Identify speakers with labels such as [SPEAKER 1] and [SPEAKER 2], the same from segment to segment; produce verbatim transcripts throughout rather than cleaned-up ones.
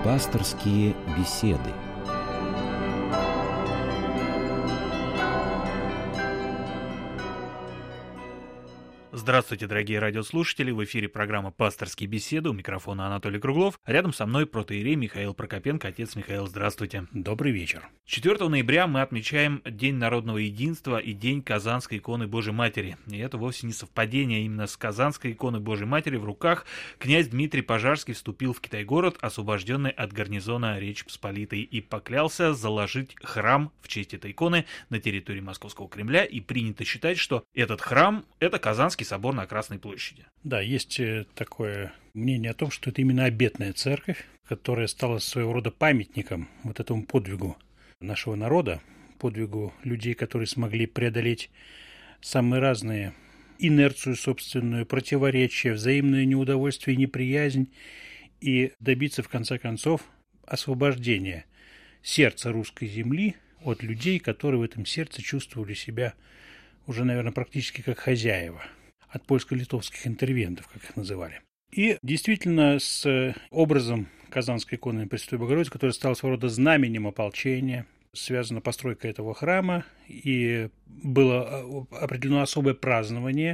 [SPEAKER 1] Пасторские беседы.
[SPEAKER 2] Здравствуйте, дорогие радиослушатели! В эфире программа «Пасторские беседы». У микрофона Анатолий Круглов. Рядом со мной протоиерей Михаил Прокопенко. Отец Михаил, здравствуйте.
[SPEAKER 3] Добрый вечер.
[SPEAKER 2] четвёртого ноября мы отмечаем День народного единства и День Казанской иконы Божией Матери. И это вовсе не совпадение. Именно с Казанской иконой Божией Матери в руках князь Дмитрий Пожарский вступил в Китай-город, освобожденный от гарнизона Речи Посполитой, и поклялся заложить храм в честь этой иконы на территории Московского Кремля. И принято считать, что этот храм – это Казанский собор на Красной площади.
[SPEAKER 3] Да, есть такое мнение о том, что это именно обетная церковь, которая стала своего рода памятником вот этому подвигу нашего народа, подвигу людей, которые смогли преодолеть самые разные инерцию собственную, противоречия, взаимное неудовольствие и неприязнь, и добиться, в конце концов, освобождения сердца русской земли от людей, которые в этом сердце чувствовали себя уже, наверное, практически как хозяева, от польско-литовских интервентов, как их называли. И действительно, с образом Казанской иконы Пресвятой Богородицы, которая стала своего рода знаменем ополчения, связана постройка этого храма, и было определено особое празднование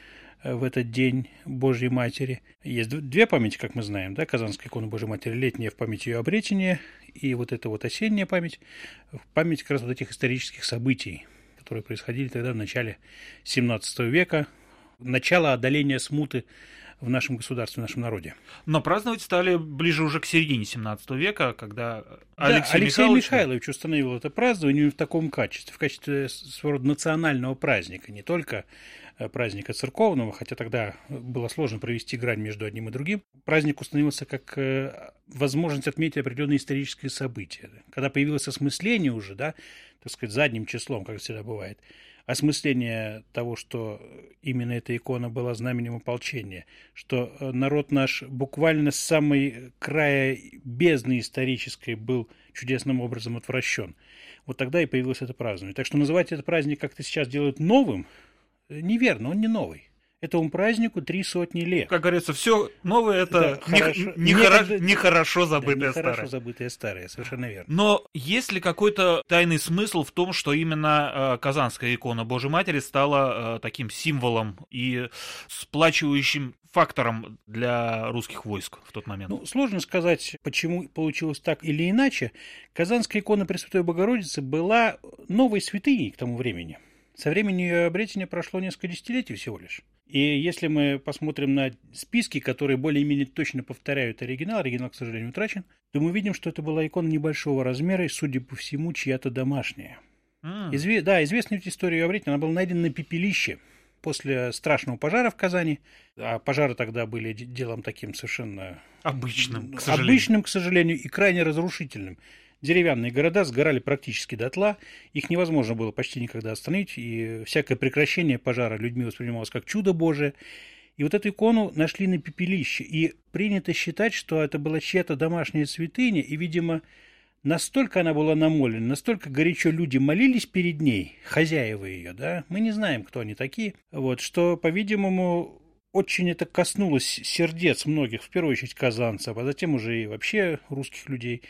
[SPEAKER 3] в этот день Божьей Матери. Есть две памяти, как мы знаем, да, Казанская икона Божьей Матери, летняя в память ее обретения, и вот эта вот осенняя память, в память как раз вот этих исторических событий, которые происходили тогда в начале семнадцатого века, начало одоления смуты в нашем государстве, в нашем народе.
[SPEAKER 2] Но праздновать стали ближе уже к середине семнадцатого века, когда
[SPEAKER 3] Алексей,
[SPEAKER 2] Алексей,
[SPEAKER 3] Алексей
[SPEAKER 2] Михайлович...
[SPEAKER 3] Михайлович установил это празднование в таком качестве, в качестве своего рода национального праздника, не только праздника церковного, хотя тогда было сложно провести грань между одним и другим. Праздник установился как возможность отметить определенные исторические события. Когда появилось осмысление уже, да, так сказать, задним числом, как всегда бывает, осмысление того, что именно эта икона была знаменем ополчения, что народ наш буквально с самой края бездны исторической был чудесным образом отвращен. Вот тогда и появилось это празднование. Так что называть этот праздник, как-то сейчас делают, новым, неверно, он не новый. Этому празднику три сотни лет.
[SPEAKER 2] Как говорится, все новое – это
[SPEAKER 3] Да,
[SPEAKER 2] не,
[SPEAKER 3] хорошо,
[SPEAKER 2] не,
[SPEAKER 3] некогда...
[SPEAKER 2] хоро... не хорошо забытое
[SPEAKER 3] да, не
[SPEAKER 2] старое.
[SPEAKER 3] хорошо забытое старое, совершенно верно.
[SPEAKER 2] Но есть ли какой-то тайный смысл в том, что именно э, Казанская икона Божией Матери стала э, таким символом и сплачивающим фактором для русских войск в тот момент?
[SPEAKER 3] Ну, сложно сказать, почему получилось так или иначе. Казанская икона Пресвятой Богородицы была новой святыней к тому времени. Со времени ее обретения прошло несколько десятилетий всего лишь. И если мы посмотрим на списки, которые более-менее точно повторяют оригинал, оригинал, к сожалению, утрачен, то мы видим, что это была икона небольшого размера и, судя по всему, чья-то домашняя. Mm. Изве... Да, известна ведь история ее обретения. Она была найдена на пепелище после страшного пожара в Казани. А пожары тогда были делом таким совершенно...
[SPEAKER 2] Обычным, к сожалению.
[SPEAKER 3] Обычным, к сожалению, и крайне разрушительным. Деревянные города сгорали практически дотла, их невозможно было почти никогда остановить, и всякое прекращение пожара людьми воспринималось как чудо Божие. И вот эту икону нашли на пепелище, и принято считать, что это была чья-то домашняя святыня, и, видимо, настолько она была намолена, настолько горячо люди молились перед ней, хозяева ее, да, мы не знаем, кто они такие, вот, что, по-видимому, очень это коснулось сердец многих, в первую очередь казанцев, а затем уже и вообще русских людей.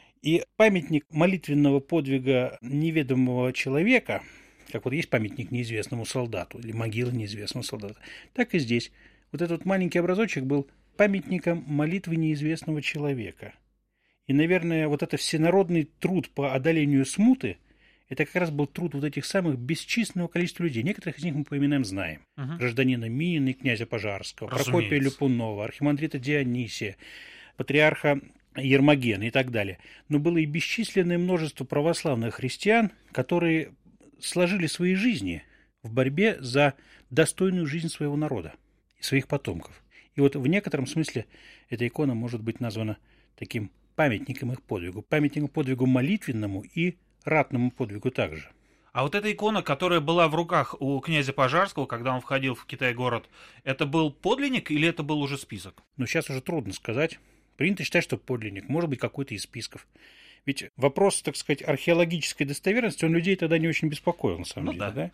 [SPEAKER 3] И памятник молитвенного подвига неведомого человека, как вот есть памятник неизвестному солдату или могила неизвестного солдата, так и здесь. Вот этот маленький образочек был памятником молитвы неизвестного человека. И, наверное, вот этот всенародный труд по одолению смуты, это как раз был труд вот этих самых бесчисленного количества людей. Некоторых из них мы по именам знаем. Угу. Гражданина Минина и князя Пожарского, Разумеется. Прокопия Люпунова, архимандрита Дионисия, патриарха Ермогена и так далее. Но было и бесчисленное множество православных христиан, которые сложили свои жизни в борьбе за достойную жизнь своего народа и своих потомков. И вот в некотором смысле эта икона может быть названа таким памятником их подвигу, памятником подвигу молитвенному и ратному подвигу также.
[SPEAKER 2] А вот эта икона, которая была в руках у князя Пожарского, когда он входил в Китай-город, это был подлинник или это был уже список?
[SPEAKER 3] Ну, сейчас уже трудно сказать. Принято считать, что подлинник, может быть, какой-то из списков. Ведь вопрос, так сказать, археологической достоверности, он людей тогда не очень беспокоил, на самом
[SPEAKER 2] ну,
[SPEAKER 3] деле.
[SPEAKER 2] Да.
[SPEAKER 3] Да?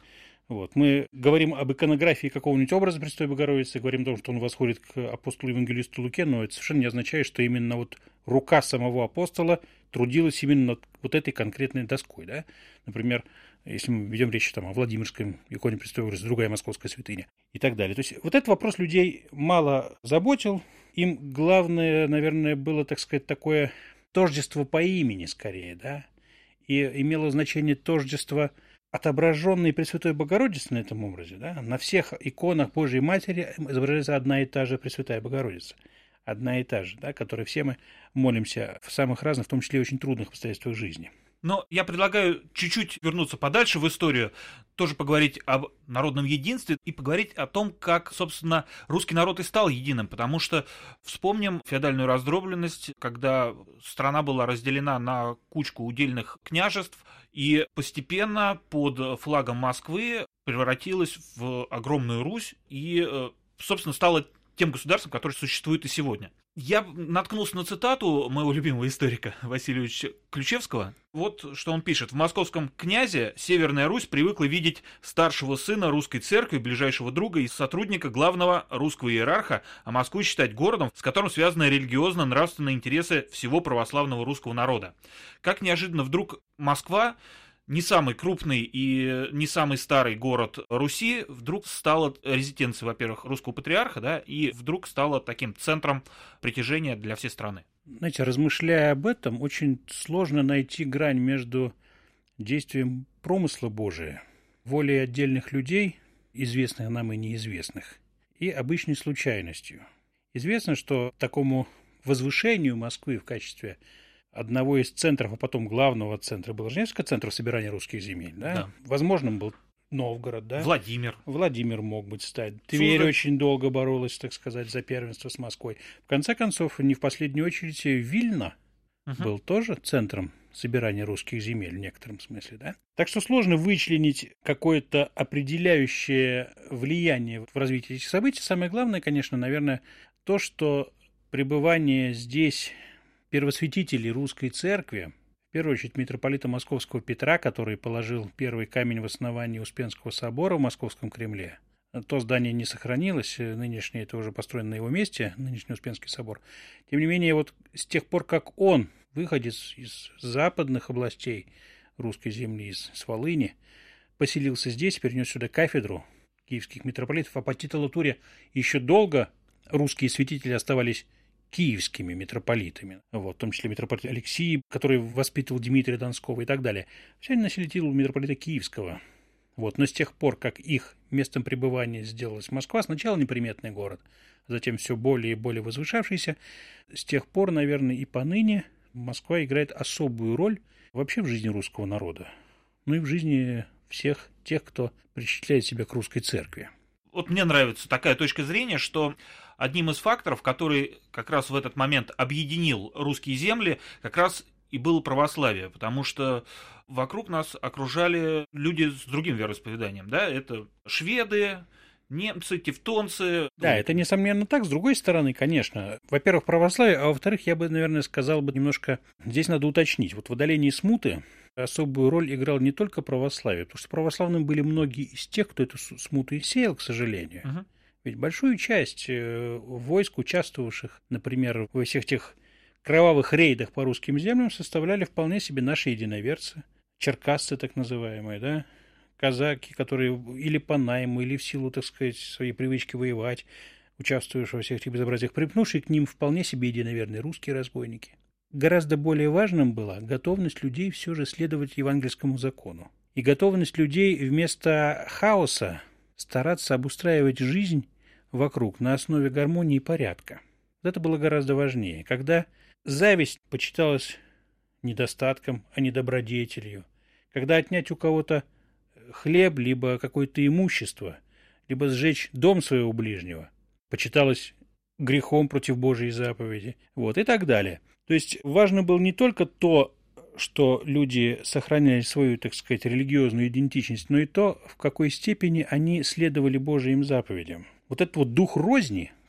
[SPEAKER 3] Вот. Мы говорим об иконографии какого-нибудь образа Пресвятой Богородицы, говорим о том, что он восходит к апостолу евангелисту Луке, но это совершенно не означает, что именно вот рука самого апостола трудилась именно над вот этой конкретной доской. Да? Например, если мы ведем речь там, о Владимирском иконе Пресвятой Богородицы, другая московская святыня и так далее. То есть вот этот вопрос людей мало заботил. Им главное, наверное, было, так сказать, такое тождество по имени скорее, да, и имело значение тождество отображенной Пресвятой Богородицы на этом образе, да, на всех иконах Божьей Матери изображается одна и та же Пресвятая Богородица, одна и та же, да, которой все мы молимся в самых разных, в том числе и очень трудных обстоятельствах жизни.
[SPEAKER 2] Но я предлагаю чуть-чуть вернуться подальше в историю, тоже поговорить об народном единстве и поговорить о том, как, собственно, русский народ и стал единым, потому что вспомним феодальную раздробленность, когда страна была разделена на кучку удельных княжеств, и постепенно под флагом Москвы превратилась в огромную Русь и, собственно, стала тем государством, которое существует и сегодня. Я наткнулся на цитату моего любимого историка Василия Ильича Ключевского. Вот что он пишет. В московском князе Северная Русь привыкла видеть старшего сына русской церкви, ближайшего друга и сотрудника главного русского иерарха, а Москву считать городом, с которым связаны религиозно-нравственные интересы всего православного русского народа. Как неожиданно вдруг Москва, не самый крупный и не самый старый город Руси, вдруг стала резиденцией, во-первых, русского патриарха, да, и вдруг стала таким центром притяжения для всей страны.
[SPEAKER 3] Знаете, размышляя об этом, очень сложно найти грань между действием промысла Божия, волей отдельных людей, известных нам и неизвестных, и обычной случайностью. Известно, что такому возвышению Москвы в качестве одного из центров, а потом главного центра, было же несколько центров собирания русских земель, да? Да. Возможным был Новгород, да?
[SPEAKER 2] Владимир.
[SPEAKER 3] Владимир мог быть стать. Тверь Суздаль. Очень долго боролась, так сказать, за первенство с Москвой. В конце концов, не в последнюю очередь, Вильна uh-huh. был тоже центром собирания русских земель в некотором смысле, да? Так что сложно вычленить какое-то определяющее влияние в развитии этих событий. Самое главное, конечно, наверное, то, что пребывание здесь первосвятителей русской церкви, в первую очередь митрополита Московского Петра, который положил первый камень в основании Успенского собора в Московском Кремле. То здание не сохранилось, нынешнее это уже построено на его месте, нынешний Успенский собор. Тем не менее, вот с тех пор, как он, выходец из западных областей русской земли, из Волыни, поселился здесь, перенес сюда кафедру киевских митрополитов, а по титулатуре еще долго русские святители оставались киевскими митрополитами, вот, в том числе митрополит Алексий, который воспитывал Дмитрия Донского и так далее. Все они носили титул митрополита Киевского. Вот. Но с тех пор, как их местом пребывания сделалась Москва, сначала неприметный город, а затем все более и более возвышавшийся, с тех пор, наверное, и поныне Москва играет особую роль вообще в жизни русского народа, ну и в жизни всех тех, кто причисляет себя к русской церкви.
[SPEAKER 2] Вот мне нравится такая точка зрения, что одним из факторов, который как раз в этот момент объединил русские земли, как раз и было православие, потому что вокруг нас окружали люди с другим вероисповеданием, да, это шведы, немцы, тевтонцы.
[SPEAKER 3] Да, это несомненно так. С другой стороны, конечно, во-первых, православие, а во-вторых, я бы, наверное, сказал бы немножко, здесь надо уточнить, вот в одолении смуты особую роль играл не только православие, потому что православными были многие из тех, кто эту смуту и сеял, к сожалению. Uh-huh. Ведь большую часть войск, участвовавших, например, во всех тех кровавых рейдах по русским землям, составляли вполне себе наши единоверцы, черкасцы так называемые, да, казаки, которые или по найму, или в силу, так сказать, своей привычки воевать, участвующие во всех этих безобразиях, припнувшие к ним вполне себе единоверные русские разбойники. Гораздо более важным была готовность людей все же следовать евангельскому закону. И готовность людей вместо хаоса стараться обустраивать жизнь вокруг на основе гармонии и порядка. Вот это было гораздо важнее. Когда зависть почиталась недостатком, а не добродетелью, когда отнять у кого-то хлеб, либо какое-то имущество, либо сжечь дом своего ближнего, почиталось грехом против Божьей заповеди, вот, и так далее. То есть важно было не только то, что люди сохраняли свою, так сказать, религиозную идентичность, но и то, в какой степени они следовали Божьим заповедям. Вот этот вот дух розни,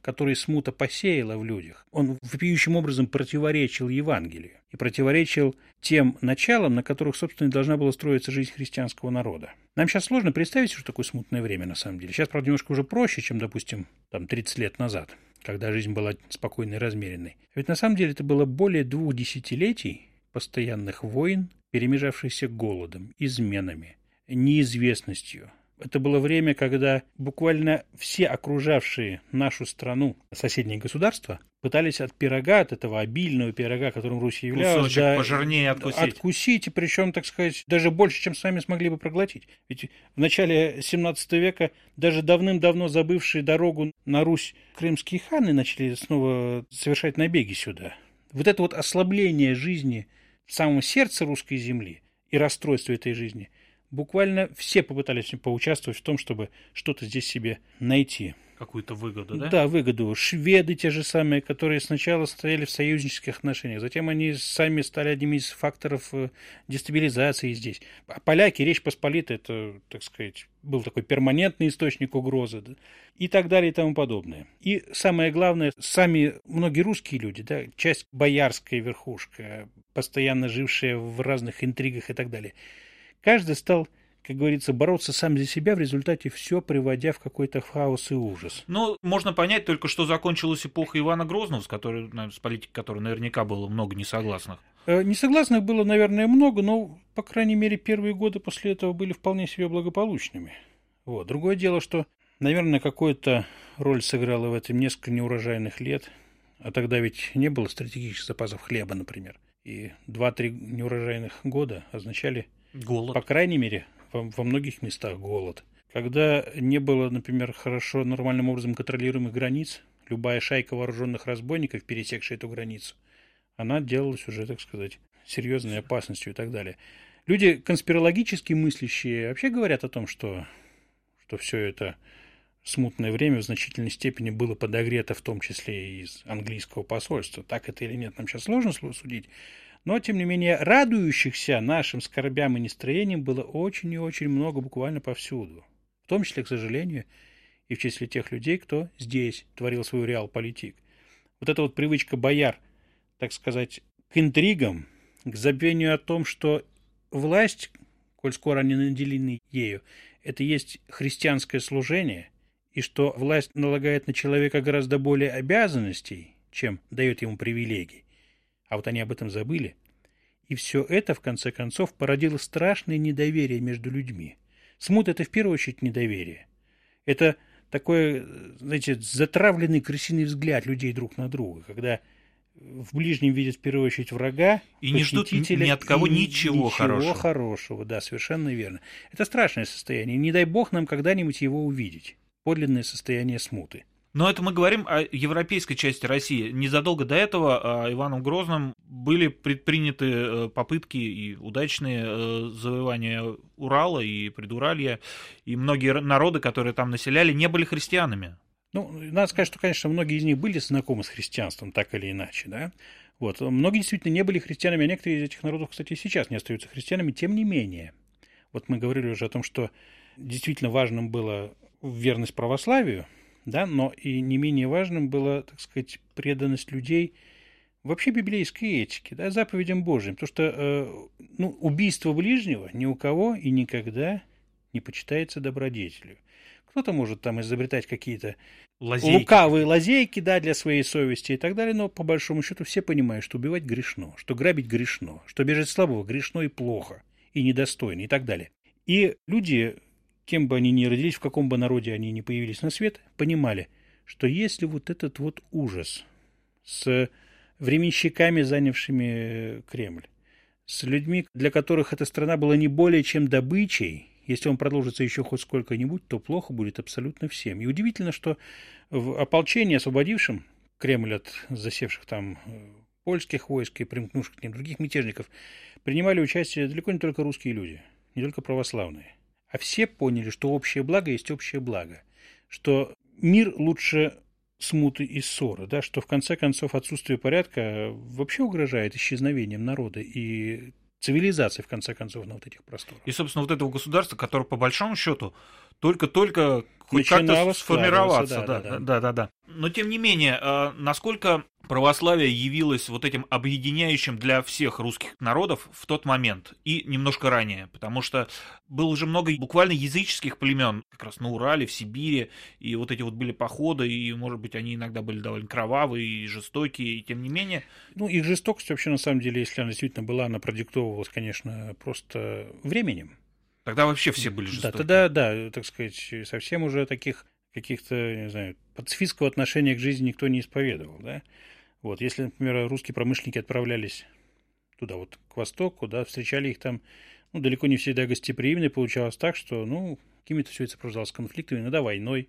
[SPEAKER 3] который смута посеяла в людях, он вопиющим образом противоречил Евангелию и противоречил тем началам, на которых, собственно, и должна была строиться жизнь христианского народа. Нам сейчас сложно представить, что такое смутное время на самом деле. Сейчас, правда, немножко уже проще, чем, допустим, там тридцать лет назад, когда жизнь была спокойной и размеренной. Ведь на самом деле это было более двух десятилетий постоянных войн, перемежавшихся голодом, изменами, неизвестностью. Это было время, когда буквально все окружавшие нашу страну соседние государства пытались от пирога, от этого обильного пирога, которым Русь являлась,
[SPEAKER 2] кусочек
[SPEAKER 3] да,
[SPEAKER 2] пожирнее откусить.
[SPEAKER 3] откусить, и причем, так сказать, даже больше, чем сами смогли бы проглотить. Ведь в начале семнадцатого века даже давным-давно забывшие дорогу на Русь крымские ханы начали снова совершать набеги сюда. Вот это вот ослабление жизни в самом сердце русской земли и расстройство этой жизни – буквально все попытались поучаствовать в том, чтобы что-то здесь себе найти.
[SPEAKER 2] Какую-то выгоду, да?
[SPEAKER 3] Да, выгоду. Шведы те же самые, которые сначала стояли в союзнических отношениях, затем они сами стали одним из факторов дестабилизации здесь. А поляки, Речь Посполитая, это, так сказать, был такой перманентный источник угрозы, да? И так далее и тому подобное. И самое главное, сами многие русские люди, да, часть боярская верхушка, постоянно жившая в разных интригах и так далее, каждый стал, как говорится, бороться сам за себя, в результате все приводя в какой-то хаос и ужас.
[SPEAKER 2] Ну, можно понять только, что закончилась эпоха Ивана Грозного, с, которой, с политикой которой наверняка было много несогласных.
[SPEAKER 3] Несогласных было, наверное, много, но, по крайней мере, первые годы после этого были вполне себе благополучными. Вот. Другое дело, что, наверное, какую-то роль сыграло в этом несколько неурожайных лет, а тогда ведь не было стратегических запасов хлеба, например. И два-три неурожайных года означали...
[SPEAKER 2] Голод.
[SPEAKER 3] По крайней мере, во, во многих местах голод. Когда не было, например, хорошо, нормальным образом контролируемых границ, любая шайка вооруженных разбойников, пересекшая эту границу, она делалась уже, так сказать, серьезной опасностью и так далее. Люди конспирологически мыслящие вообще говорят о том, что, что все это смутное время в значительной степени было подогрето, в том числе и из английского посольства. Так это или нет, нам сейчас сложно судить. Но, тем не менее, радующихся нашим скорбям и нестроениям было очень и очень много буквально повсюду. В том числе, к сожалению, и в числе тех людей, кто здесь творил свою реалполитик. Вот эта вот привычка бояр, так сказать, к интригам, к забвению о том, что власть, коль скоро они наделены ею, это есть христианское служение, и что власть налагает на человека гораздо более обязанностей, чем дает ему привилегий. А вот они об этом забыли. И все это, в конце концов, породило страшное недоверие между людьми. Смута – это в первую очередь недоверие. Это такой, знаете, затравленный крысиный взгляд людей друг на друга, когда в ближнем видят в первую очередь врага,
[SPEAKER 2] и не ждут ни от кого ничего,
[SPEAKER 3] ничего
[SPEAKER 2] хорошего.
[SPEAKER 3] хорошего. Да, совершенно верно. Это страшное состояние. Не дай бог нам когда-нибудь его увидеть. Подлинное состояние смуты.
[SPEAKER 2] Но это мы говорим о европейской части России. Незадолго до этого Иваном Грозным были предприняты попытки и удачные завоевания Урала и Предуралья, и многие народы, которые там населяли, не были христианами.
[SPEAKER 3] Ну, надо сказать, что, конечно, многие из них были знакомы с христианством, так или иначе, да. Вот. Многие действительно не были христианами, а некоторые из этих народов, кстати, и сейчас не остаются христианами, тем не менее. Вот мы говорили уже о том, что действительно важным было верность православию, да, но и не менее важным было, так сказать, преданность людей вообще библейской этике, да, заповедям Божьим, потому что э, ну, убийство ближнего ни у кого и никогда не почитается добродетелью. Кто-то может там изобретать какие-то лазейки. лукавые лазейки, да, для своей совести и так далее, но по большому счету все понимают, что убивать грешно, что грабить грешно, что бежать слабого грешно и плохо, и недостойно, и так далее. И люди, кем бы они ни родились, в каком бы народе они ни появились на свет, понимали, что если вот этот вот ужас с временщиками, занявшими Кремль, с людьми, для которых эта страна была не более чем добычей, если он продолжится еще хоть сколько-нибудь, то плохо будет абсолютно всем. И удивительно, что в ополчении, освободившем Кремль от засевших там польских войск и примкнувших к ним других мятежников, принимали участие далеко не только русские люди, не только православные. А все поняли, что общее благо есть общее благо, что мир лучше смуты и ссоры, да, что в конце концов отсутствие порядка вообще угрожает исчезновением народа и цивилизации, в конце концов, на вот этих просторах.
[SPEAKER 2] И, собственно, вот этого государства, которое, по большому счету, только-только хоть как-то сформироваться.
[SPEAKER 3] Да, да, да.
[SPEAKER 2] да, да, да. Но, тем не менее, насколько православие явилось вот этим объединяющим для всех русских народов в тот момент и немножко ранее, потому что было же много буквально языческих племен, как раз на Урале, в Сибири, и вот эти вот были походы, и, может быть, они иногда были довольно кровавые и жестокие, и тем не менее...
[SPEAKER 3] Ну, их жестокость вообще, на самом деле, если она действительно была, она продиктовывалась, конечно, просто временем.
[SPEAKER 2] Тогда вообще все были жестокие.
[SPEAKER 3] Да, тогда, да, так сказать, совсем уже таких каких-то, не знаю, пацифистского отношения к жизни никто не исповедовал, да. Вот, если, например, русские промышленники отправлялись туда вот к востоку, да, встречали их там, ну, далеко не всегда гостеприимно, и получалось так, что, ну, какими-то все это сопровождалось конфликтами, иногда войной,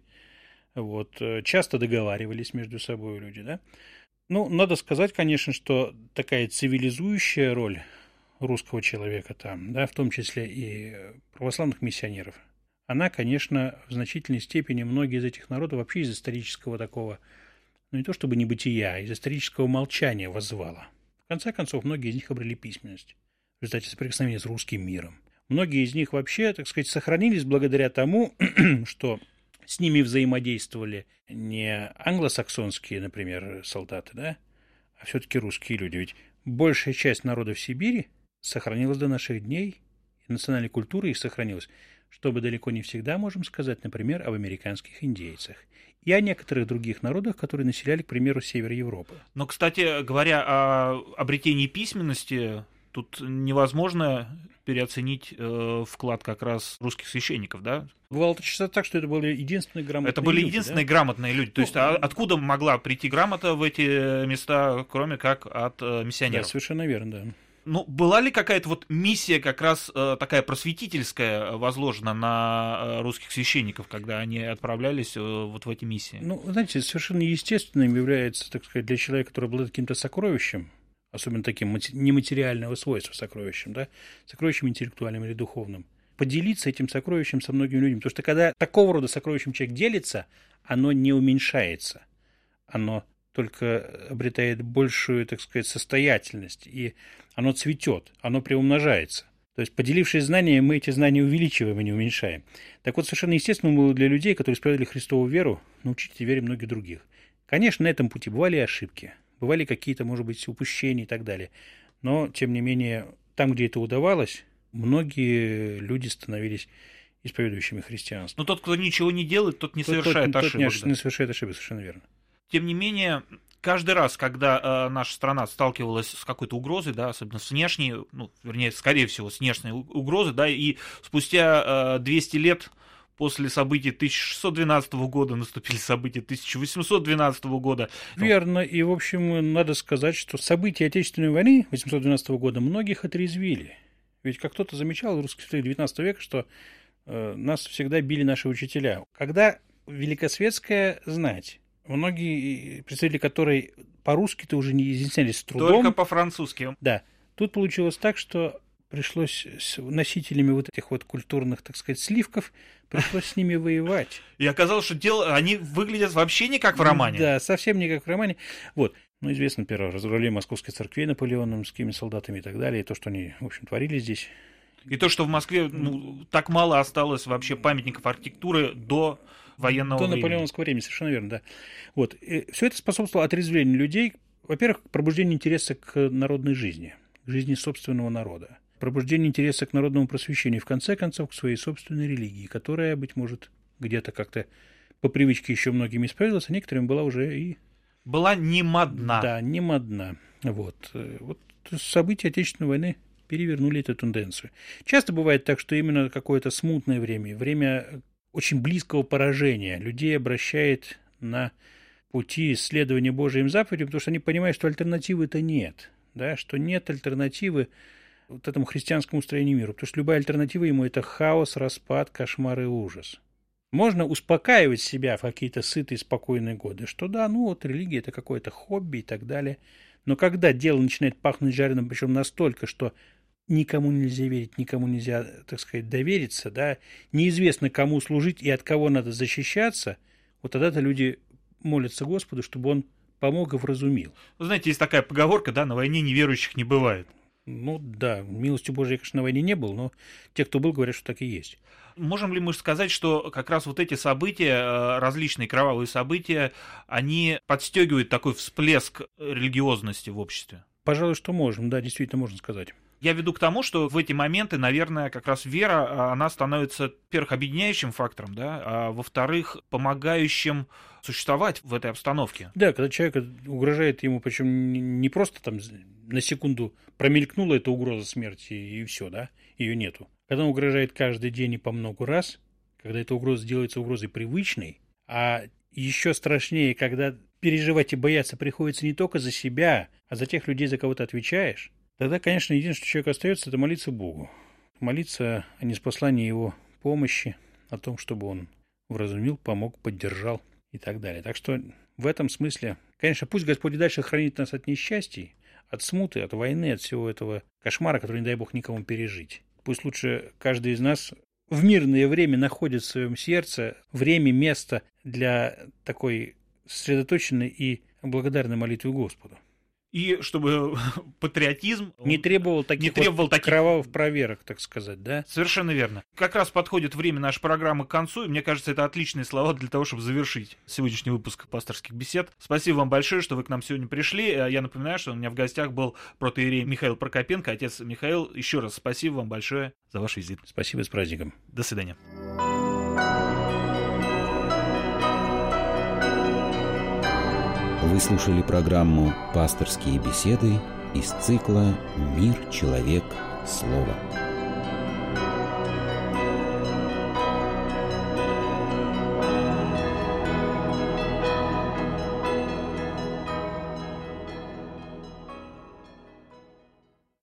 [SPEAKER 3] вот, часто договаривались между собой люди, да. Ну, надо сказать, конечно, что такая цивилизующая роль русского человека там, да, в том числе и православных миссионеров, она, конечно, в значительной степени многие из этих народов вообще из исторического такого, ну не то чтобы небытия, а из исторического молчания воззвала. В конце концов, многие из них обрели письменность в результате соприкосновения с русским миром. Многие из них вообще, так сказать, сохранились благодаря тому, что с ними взаимодействовали не англосаксонские, например, солдаты, да, а все-таки русские люди. Ведь большая часть народов Сибири сохранилась до наших дней, и национальной культуры их сохранилась, что мы далеко не всегда можем сказать, например, об американских индейцах и о некоторых других народах, которые населяли, к примеру, север Европы.
[SPEAKER 2] Но, кстати говоря, о обретении письменности, тут невозможно переоценить э, вклад как раз русских священников, да?
[SPEAKER 3] Бывало часто так, что это были единственные грамотные люди.
[SPEAKER 2] Это были
[SPEAKER 3] люди,
[SPEAKER 2] единственные
[SPEAKER 3] да?
[SPEAKER 2] грамотные люди. То
[SPEAKER 3] ну,
[SPEAKER 2] есть а, откуда могла прийти грамота в эти места, кроме как от э, миссионеров?
[SPEAKER 3] Да, совершенно верно, да.
[SPEAKER 2] Ну, была ли какая-то вот миссия как раз э, такая просветительская возложена на э, русских священников, когда они отправлялись э, вот в эти миссии?
[SPEAKER 3] Ну, знаете, совершенно естественным является, так сказать, для человека, который обладает каким-то сокровищем, особенно таким нематериального свойства сокровищем, да, сокровищем интеллектуальным или духовным, поделиться этим сокровищем со многими людьми. Потому что когда такого рода сокровищем человек делится, оно не уменьшается, оно только обретает большую, так сказать, состоятельность, и оно цветет, оно приумножается. То есть, поделившись знаниями, мы эти знания увеличиваем, а не уменьшаем. Так вот, совершенно естественно было для людей, которые исповедовали Христову веру, научить этой вере многих других. Конечно, на этом пути бывали ошибки, бывали какие-то, может быть, упущения и так далее. Но, тем не менее, там, где это удавалось, многие люди становились исповедующими христианство.
[SPEAKER 2] Но тот, кто ничего не делает, тот не
[SPEAKER 3] тот,
[SPEAKER 2] совершает
[SPEAKER 3] тот,
[SPEAKER 2] ошибок.
[SPEAKER 3] Тот не, не совершает ошибок, совершенно верно.
[SPEAKER 2] Тем не менее, каждый раз, когда э, наша страна сталкивалась с какой-то угрозой, да, особенно с внешней, ну, вернее, скорее всего, с внешней угрозой, да, и спустя э, двести лет после событий тысяча шестьсот двенадцатого года наступили события тысяча восемьсот двенадцатого года.
[SPEAKER 3] Верно, и, в общем, надо сказать, что события Отечественной войны тысяча восемьсот двенадцатого года многих отрезвили. Ведь, как кто-то замечал в русских истории девятнадцатого века, что э, нас всегда били наши учителя. Когда великосветская знать, многие представители которой по-русски-то уже не изъяснялись с трудом.
[SPEAKER 2] Только по-французски.
[SPEAKER 3] Да. Тут получилось так, что пришлось с носителями вот этих вот культурных, так сказать, сливков, пришлось с ними воевать.
[SPEAKER 2] И оказалось, что дело, они выглядят вообще не как в романе.
[SPEAKER 3] Да, совсем не как в романе. Вот. Ну, известно, например, разграбление Московской церкви наполеоновскими солдатами и так далее, и то, что они, в общем, творили здесь.
[SPEAKER 2] И то, что в Москве ну, так мало осталось вообще памятников архитектуры до военного
[SPEAKER 3] до
[SPEAKER 2] времени.
[SPEAKER 3] До наполеоновского времени, совершенно верно, да. Вот. И все это способствовало отрезвлению людей, во-первых, к пробуждению интереса к народной жизни, к жизни собственного народа, пробуждению интереса к народному просвещению, и, в конце концов, к своей собственной религии, которая, быть может, где-то как-то по привычке еще многими исправилась, а некоторым была уже и...
[SPEAKER 2] Была не модна.
[SPEAKER 3] Да, не модна. Вот. Вот события Отечественной войны перевернули эту тенденцию. Часто бывает так, что именно какое-то смутное время, время очень близкого поражения людей обращает на пути исследования Божьим заповедям, потому что они понимают, что альтернативы-то нет, да, что нет альтернативы вот этому христианскому строению мира, потому что любая альтернатива ему – это хаос, распад, кошмар и ужас. Можно успокаивать себя в какие-то сытые, спокойные годы, что да, ну вот религия – это какое-то хобби и так далее. Но когда дело начинает пахнуть жареным, причем настолько, что никому нельзя верить, никому нельзя, так сказать, довериться, да, неизвестно, кому служить и от кого надо защищаться, вот тогда-то люди молятся Господу, чтобы Он помог и вразумил.
[SPEAKER 2] Вы знаете, есть такая поговорка, да, на войне неверующих не бывает.
[SPEAKER 3] Ну да, милостью Божией я, конечно, на войне не был, но те, кто был, говорят, что так и есть.
[SPEAKER 2] Можем ли мы сказать, что как раз вот эти события, различные кровавые события, они подстегивают такой всплеск религиозности в обществе?
[SPEAKER 3] Пожалуй, что можем, да, действительно можно сказать.
[SPEAKER 2] Я веду к тому, что в эти моменты, наверное, как раз вера, она становится, во-первых, объединяющим фактором, да, а во-вторых, помогающим существовать в этой обстановке.
[SPEAKER 3] Да, когда человек угрожает ему, причем не просто там на секунду промелькнула эта угроза смерти, и все, да, ее нету. Когда он угрожает каждый день и по много раз, когда эта угроза делается угрозой привычной, а еще страшнее, когда переживать и бояться приходится не только за себя, а за тех людей, за кого ты отвечаешь, тогда, конечно, единственное, что человеку остается, это молиться Богу. Молиться о неспослании Его помощи, о том, чтобы Он вразумил, помог, поддержал и так далее. Так что в этом смысле, конечно, пусть Господь и дальше хранит нас от несчастий, от смуты, от войны, от всего этого кошмара, который, не дай Бог, никому пережить. Пусть лучше каждый из нас в мирное время находит в своем сердце время, место для такой сосредоточенной и благодарной молитвы Господу.
[SPEAKER 2] И чтобы патриотизм
[SPEAKER 3] не требовал таких,
[SPEAKER 2] не требовал
[SPEAKER 3] вот
[SPEAKER 2] таких...
[SPEAKER 3] кровавых проверок, так сказать, да?
[SPEAKER 2] Совершенно верно. Как раз подходит время нашей программы к концу, и мне кажется, это отличные слова для того, чтобы завершить сегодняшний выпуск пасторских бесед. Спасибо вам большое, что вы к нам сегодня пришли. Я напоминаю, что у меня в гостях был протоиерей Михаил Прокопенко. Отец Михаил, еще раз спасибо вам большое за ваш визит.
[SPEAKER 3] Спасибо, с праздником.
[SPEAKER 2] До свидания.
[SPEAKER 1] Вы слушали программу «Пасторские беседы» из цикла «Мир, человек, слово».